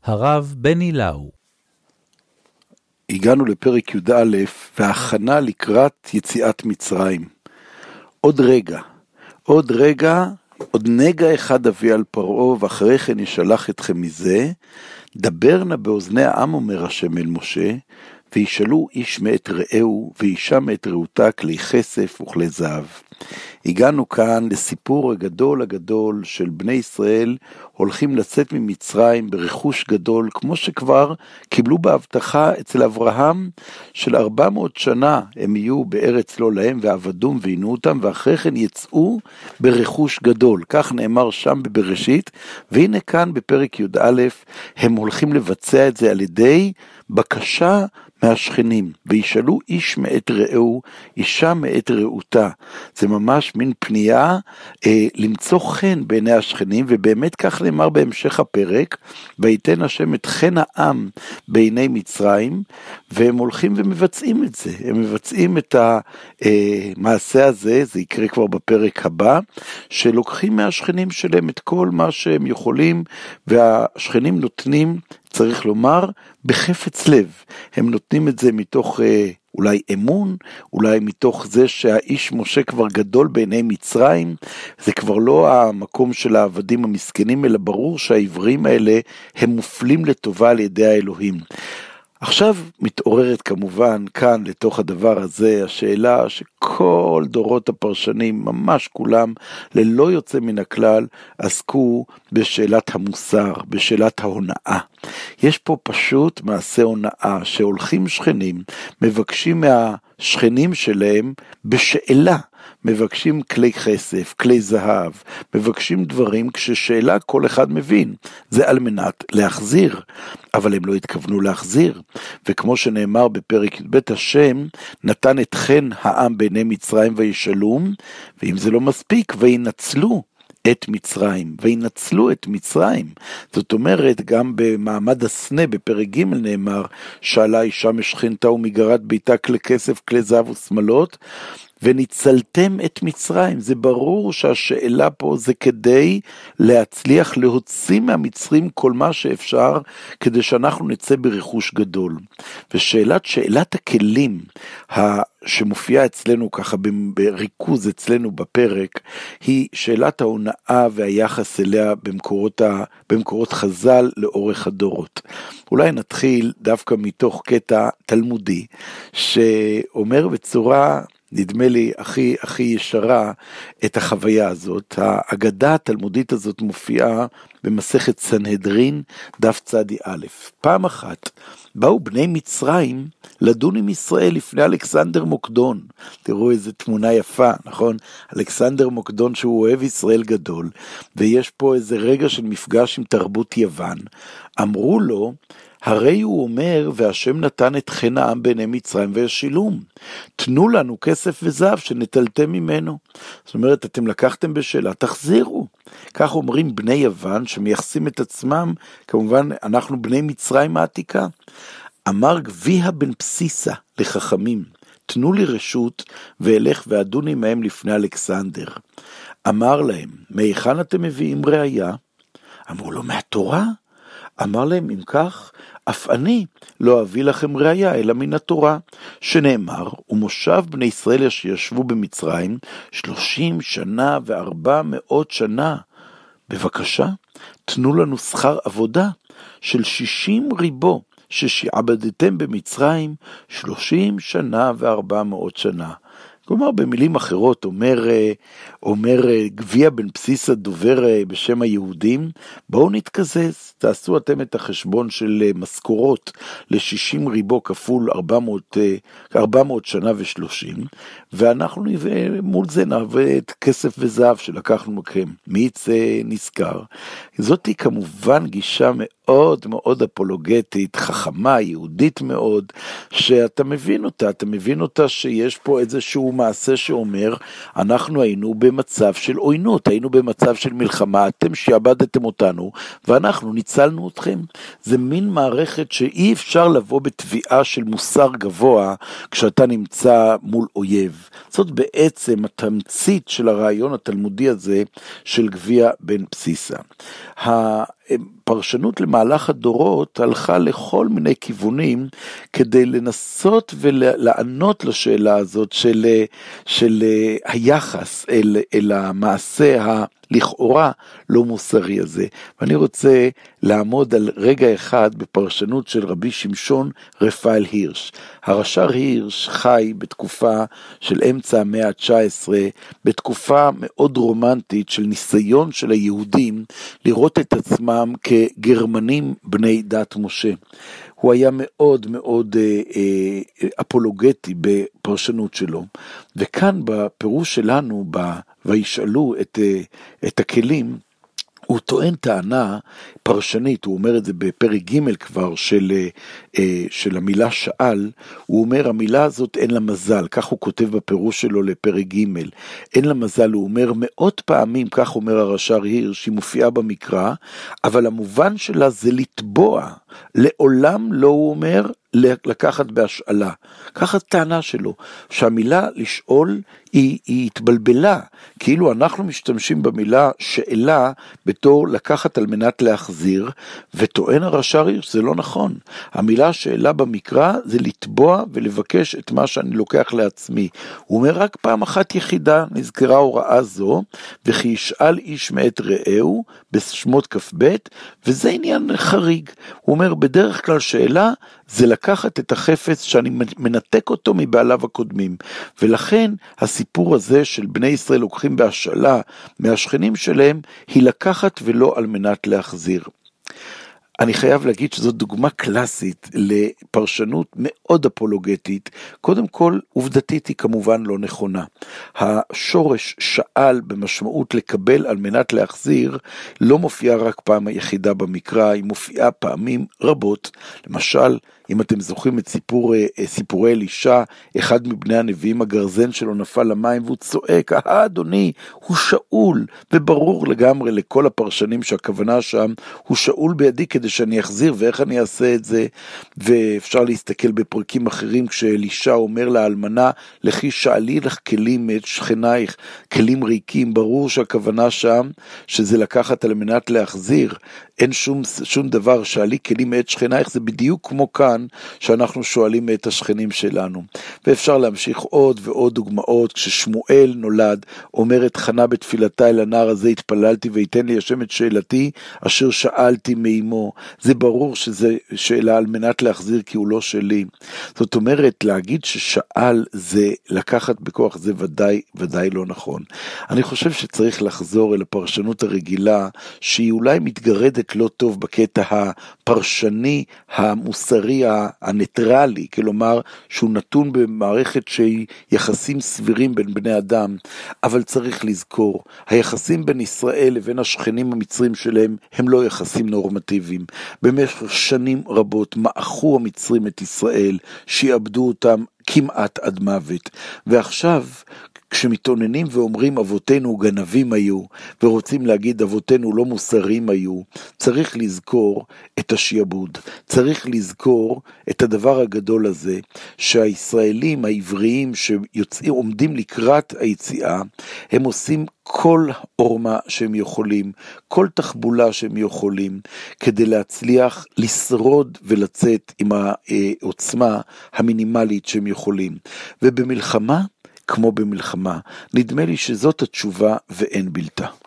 הרב בני לאו. הגענו לפרק י"א וההכנה לקראת יציאת מצרים. עוד נגע אחד אביא על פרעה, ואחרי כן ישלח אתכם מזה. דבר נא באוזני העם, אומר השם אל משה, וישאלו איש מאת רעהו ואישה מאת רעותה כלי כסף וכלי זהב. הגענו כאן לסיפור הגדול של בני ישראל הולכים לצאת ממצרים ברכוש גדול, כמו שכבר קיבלו בהבטחה אצל אברהם של 400 שנה הם יהיו בארץ לא להם ועבדום ועינו אותם, ואחרי כן יצאו ברכוש גדול. כך נאמר שם בבראשית, והנה כאן בפרק י"א הם הולכים לבצע את זה על ידי בקשה מהשכנים, וישאלו איש מאת רעהו, אישה מאת רעותה. זה ממש מין פנייה למצוא חן בעיני השכנים, ובאמת כך נאמר בהמשך הפרק, ויתן השם את חן העם בעיני מצרים, והם הולכים ומבצעים את זה, הם מבצעים את המעשה הזה, זה יקרה כבר בפרק הבא, שלוקחים מהשכנים שלהם את כל מה שהם יכולים, והשכנים נותנים, צריך לומר, בחפץ לב. הם נותנים את זה מתוך אולי אמון, אולי מתוך זה שהאיש משה כבר גדול בעיני מצרים, זה כבר לא המקום של העבדים המסכנים, אלא ברור שהעברים האלה הם מופלים לטובה על ידי האלוהים. עכשיו מתעוררת כמובן כאן לתוך הדבר הזה השאלה שכל דורות הפרשנים, ממש כולם, ללא יוצא מן הכלל, עסקו בשאלת המוסר, בשאלת ההונאה. יש פה פשוט מעשה הונאה, שהולכים שכנים, מבקשים מהשכנים שלהם בשאלה, מבקשים כלי כסף, כלי זהב, מבקשים דברים כששאלה כל אחד מבין, זה על מנת להחזיר, אבל הם לא התכוונו להחזיר, וכמו שנאמר בפרק י"ב, השם נתן את חן העם בעיני מצרים וישאלום, ואם זה לא מספיק, וינצלו את מצרים, זאת אומרת, גם במעמד הסנה בפרק ג' נאמר, שאלה אישה משכנתה ומגרת ביתה כלי כסף, כלי זהב ושמלות, וניצלתם את מצרים. זה ברור שהשאלה פה זה כדי להצליח להוציא מהמצרים כל מה שאפשר, כדי שאנחנו נצא ברכוש גדול. ושאלת הכלים שמופיעה אצלנו ככה בריכוז אצלנו בפרק, היא שאלת ההונאה והיחס אליה במקורות חז"ל לאורך הדורות. אולי נתחיל דווקא מתוך קטע תלמודי, שאומר בצורה נדמה לי הכי ישרה את החוויה הזאת. האגדה התלמודית הזאת מופיעה במסכת סנהדרין דף צדי א'. פעם אחת באו בני מצרים לדון עם ישראל לפני אלכסנדר מוקדון. תראו איזה תמונה יפה, נכון? אלכסנדר מוקדון שהוא אוהב ישראל גדול, ויש פה איזה רגע של מפגש עם תרבות יוון. אמרו לו, הרי הוא אומר, והשם נתן את חן העם בעיני מצרים וישילום. תנו לנו כסף וזהב שנטלתם ממנו. זאת אומרת, אתם לקחתם בשאלה, תחזירו. כך אומרים בני יוון שמייחסים את עצמם, כמובן אנחנו בני מצרים העתיקה. אמר גביע בן פסיסה לחכמים, תנו לי רשות ואלך ואדון עמהם לפני אלכסנדר. אמר להם, מהיכן אתם מביאים ראיה? אמרו לו, מהתורה? אמר להם, אם כך, אף אני לא אביא לכם ראיה, אלא מן התורה, שנאמר, ומושב בני ישראל שישבו במצרים 30 שנה ו400 שנה. בבקשה, תנו לנו שכר עבודה של 60 ריבו, ששעבדתם במצרים 30 שנה ו400 שנה. כלומר, במילים אחרות, אומר גביע בן פסיסה דובר בשם היהודים, בואו נתקזז, תעשו אתם את החשבון של משכורות ל-60 ריבו כפול 400 שנה ו30, ואנחנו מול זה נעווה את כסף וזהב שלקחנו מכם. מי יצא נזכר? זאת היא כמובן גישה מאוד מאוד אפולוגטית, חכמה, יהודית מאוד, שאתה מבין אותה שיש פה איזשהו מעשה שאומר, אנחנו היינו במצב של עוינות, היינו במצב של מלחמה, אתם שעבדתם אותנו, ואנחנו ניצלנו אתכם. זה מין מערכת שאי אפשר לבוא בתביעה של מוסר גבוה, כשאתה נמצא מול אויב. זאת בעצם התמצית של הרעיון התלמודי הזה, של גביע בן פסיסה. פרשנות למהלך הדורות הלכה לכל מיני כיוונים כדי לנסות ולענות לשאלה הזאת של היחס אל המעשה לכאורה לא מוסרי הזה. ואני רוצה לעמוד על רגע אחד בפרשנות של רבי שמשון רפאל הירש. הרש"ר הירש חי בתקופה של אמצע המאה ה-19, בתקופה מאוד רומנטית של ניסיון של היהודים לראות את עצמם כגרמנים בני דת משה. הוא היה מאוד מאוד אפולוגטי בפרשנות שלו, וכאן בפירוש שלנו, וישאלו את הכלים, הוא טוען טענה פרשנית, הוא אומר את זה בפרק ג' כבר של המילה שאל, הוא אומר המילה הזאת אין לה מזל, כך הוא כותב בפירוש שלו לפרק ג', אין לה מזל, הוא אומר מאות פעמים, כך אומר הרש"ר הירש, שהיא מופיעה במקרא, אבל המובן שלה זה לטבוע, לעולם לא הוא אומר לקחת בהשאלה, ככה טענה שלו, שהמילה לשאול היא התבלבלה, כאילו אנחנו משתמשים במילה שאלה בתור לקחת על מנת להחזיר, וטוען הרש"ר הירש זה לא נכון, המילה שאלה במקרא זה לתבוע ולבקש את מה שאני לוקח לעצמי, הוא אומר רק פעם אחת יחידה נזכרה הוראה זו, וכי ישאל איש מאת רעהו בשמות כ"ב, וזה עניין חריג, הוא אומר בדרך כלל שאלה זה לקחת את החפץ שאני מנתק אותו מבעליו הקודמים, ולכן הסיפור הזה של בני ישראל לוקחים בהשאלה מהשכנים שלהם, היא לקחת ולא על מנת להחזיר. אני חייב להגיד שזאת דוגמה קלאסית לפרשנות מאוד אפולוגטית, קודם כל עובדתית היא כמובן לא נכונה, השורש שאל במשמעות לקבל על מנת להחזיר, לא מופיעה רק פעם היחידה במקרא, היא מופיעה פעמים רבות, למשל אם אתם זוכרים את סיפורי אלישע, אחד מבני הנביאים הגרזן שלו נפל למים והוא צועק, אדוני, הוא שאול, וברור לגמרי לכל הפרשנים שהכוונה שם, הוא שאול בידי כדי שאני אחזיר, ואיך אני אעשה את זה, ואפשר להסתכל בפרקים אחרים, כשאלישע אומר לאלמנה, לכי שאלי לך כלים את שכנייך, כלים ריקים, ברור שהכוונה שם, שזה לקחת על מנת להחזיר, אין שום דבר, שאלי כלים את שכנייך, זה בדיוק כמו כאן, שאנחנו שואלים את השכנים שלנו, ואפשר להמשיך עוד ועוד דוגמאות, כששמואל נולד, אומרת חנה בתפילתה אל הנער הזה, התפללתי ויתן לי השם את שאלתי, אשר שאלתי מאמו, זה ברור שזה שאלה על מנת להחזיר, כי הוא לא שלי, זאת אומרת, להגיד ששאל זה לקחת בכוח, זה ודאי לא נכון, אני חושב שצריך לחזור אל הפרשנות הרגילה, שהיא אולי מתגרדת לא טוב בקטע הפרשני, המוסרי, הניטרלי, כלומר שהוא נתון במערכת שהיא יחסים סבירים בין בני אדם, אבל צריך לזכור, היחסים בין ישראל לבין השכנים המצרים שלהם הם לא יחסים נורמטיביים, במשך שנים רבות מעכו המצרים את ישראל, שיעבדו אותם כמעט עד מוות, ועכשיו כשמתאוננים ואומרים אבותינו גנבים היו, ורוצים להגיד אבותינו לא מוסריים היו, צריך לזכור את השיעבוד, צריך לזכור את הדבר הגדול הזה, שהישראלים העבריים שעומדים לקראת היציאה, הם עושים כל עורמה שהם יכולים, כל תחבולה שהם יכולים, כדי להצליח לשרוד ולצאת עם העוצמה המינימלית שהם יכולים. ובמלחמה, כמו במלחמה, נדמה לי שזאת התשובה ואין בלתה.